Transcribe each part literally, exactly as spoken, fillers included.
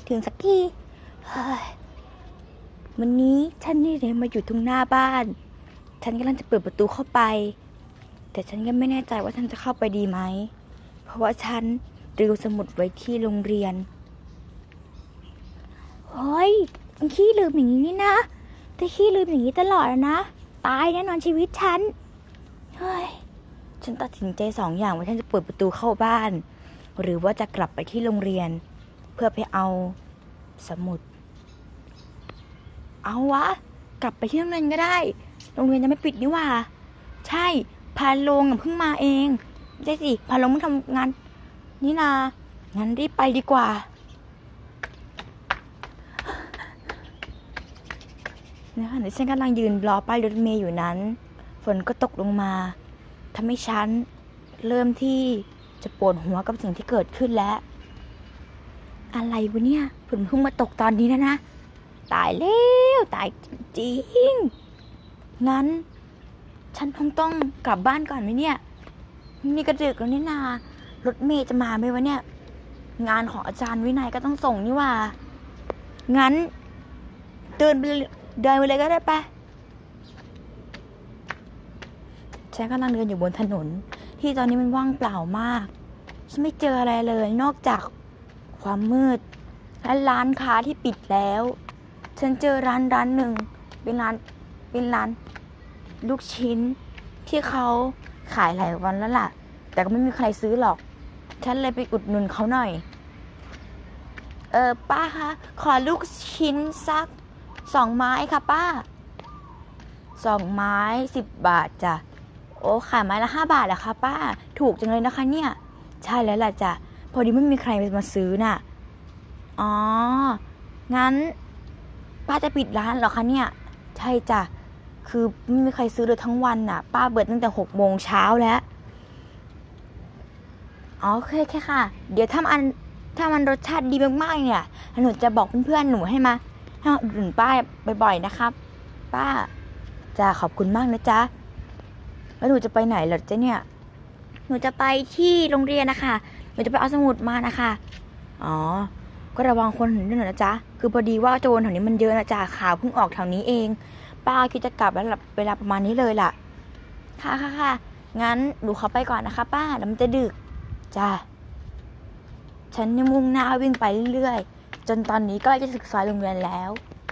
ถึงสักทีวันนี้ฉันนี่เลยมาอยู่ตรงหน้าบ้านฉันกำลังจะเปิดประตูเข้าไปแต่ฉันก็ไม่แน่ใจว่าฉันจะเข้าไปดีไหมเพราะว่าฉันลืมสมุดไว้ที่โรงเรียนเฮ้ยขี้ลืมอย่างนี้นี่นะแต่ขี้ลืมอย่างนี้ตลอดนะตายแน่นอนชีวิตฉันเฮ้ยฉันตัดสินใจสองอย่างว่าฉันจะเปิดประตูเข้าบ้านหรือว่าจะกลับไปที่โรงเรียนเพื่อไปเอาสมุดเอาวะกลับไปที่โรงเรียนก็ได้โรงเรียนยังไม่ปิดนี่หว่าใช่พาลงเพิ่งมาเองใช่สิพาลงเพิ่งทำงานนี่นางั้นรีบไปดีกว่านะคะในฉันกำลังยืนรอป้ายรถเมล์อยู่นั้นฝนก็ตกลงมาทำให้ฉันเริ่มที่จะปวดหัวกับสิ่งที่เกิดขึ้นแล้วอะไรวะเนี่ยฝนเพิ่งมาตกตอนนี้นะนะตายแล้วตายจริงๆงั้นฉันคงต้องกลับบ้านก่อนไหมเนี่ยนี่ก็ดึกแล้วนี่นารถเมล์จะมาไหมวะเนี่ยงานของอาจารย์วินัยก็ต้องส่งนี่ว่างั้นเดินไปเดินไปเลยก็ได้ปะฉันกำลังเดินอยู่บนถนนที่ตอนนี้มันว่างเปล่ามากฉันไม่เจออะไรเลยนอกจากความมืดและร้านค้าที่ปิดแล้วฉันเจอร้านร้านหนึ่งเป็นร้านเป็นร้านลูกชิ้นที่เขาขายหลายวันแล้วล่ะแต่ก็ไม่มีใครซื้อหรอกฉันเลยไปอุดหนุนเขาหน่อยเออป้าคะขอลูกชิ้นสักสองไม้ค่ะป้าสองไม้สิบบาทจ้ะโอ้ขายไม้ละห้าบาทเหรอคะป้าถูกจังเลยนะคะเนี่ยใช่แล้วล่ะจ้ะพอดีไม่มีใครมาซื้อน่ะอ๋องั้นป้าจะปิดร้านเหรอคะเนี่ยใช่จ้ะคือไม่มีใครซื้อเลยทั้งวันน่ะป้าเปิดตั้งแต่หกโมงเช้าแล้วอ๋อโอเคแค่ค่ะเดี๋ยวถ้ามันถ้ามันรสชาติดีมากๆเนี่ยหนูจะบอกเพื่อนๆหนูให้มาให้อุดหนุนป้าบ่อยๆนะครับป้าจ้าขอบคุณมากนะจ๊ะแล้วหนูจะไปไหนเหรอจ๊ะเนี่ยหนูจะไปที่โรงเรียนนะคะหนูจะไปเอาสมุดมานะคะอ๋อก็ระวังคนด้วยนะจ๊ะคือพอดีว่าโจรแถวนี้มันเยอะนะจ๊ะข่าวเพิ่งออกแถวนี้เองป้าคิดจะกลับแล้วเวลาประมาณนี้เลยล่ะค่ะค่ะค่ะงั้นหนูขอไปก่อนนะคะป้าเดี๋ยวมันจะดึกจ้าฉันเนี่ยมุ่งหน้าวิ่งไปเรื่อยๆจนตอนนี้ก็จะถึงซอยโรงเรียนแล้ว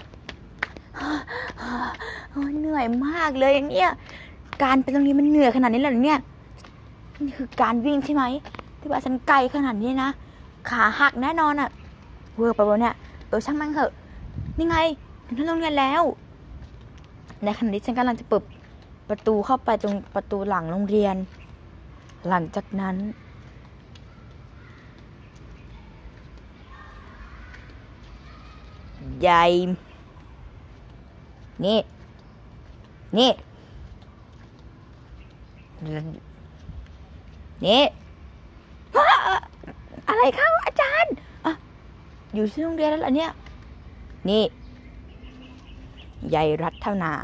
เหนื่อยมากเลยเนี่ยการไปตรงนี้มันเหนื่อยขนาดนี้เลยเนี่ยนี่คือการวิ่งใช่ไหมที่ว่าฉันไกลขนาดนี้นะขาหักแน่นอนอ่ะเวอร์ไปวะเนี่ยเออช่างมันเถอะนี่ไงถึงโรงเรียนแล้วในขณะที่ฉันกำลังจะเปิดประตูเข้าไปตรงประตูหลังโรงเรียนหลังจากนั้นยายนี่นี่นี่อะไรครับอาจารย์อ่ะอยู่ที่โรงเรียนแล้วเหรอเนี่ยนี่ยายรัตนา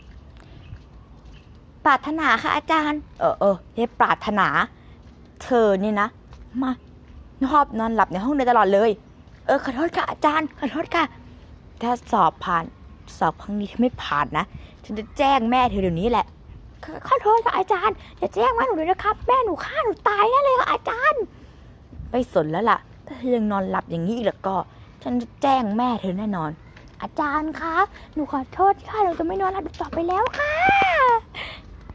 ปรารถนาค่ะอาจารย์เออเออเรียกปรารถนาเธอนี่นะมาชอบนอนหลับในห้องเรียนตลอดเลยเออขอโทษค่ะอาจารย์ขอโทษค่ะถ้าสอบผ่านสอบครั้งนี้ถ้าไม่ผ่านนะฉันจะแจ้งแม่เธอเดี๋ยวนี้แหละขอโทษค่ะอาจารย์อย่าแจ้งแม่หนูเลยนะครับแม่หนูฆ่าหนูตายแน่เลยค่ะอาจารย์ไม่สนแล้วล่ะถ้าเธอยังนอนหลับอย่างนี้อีกแล้วก็ฉันจะแจ้งแม่เธอแน่นอนอาจารย์คะหนูขอโทษค่ะหนูจะไม่นอนหลับต่อไปแล้วค่ะ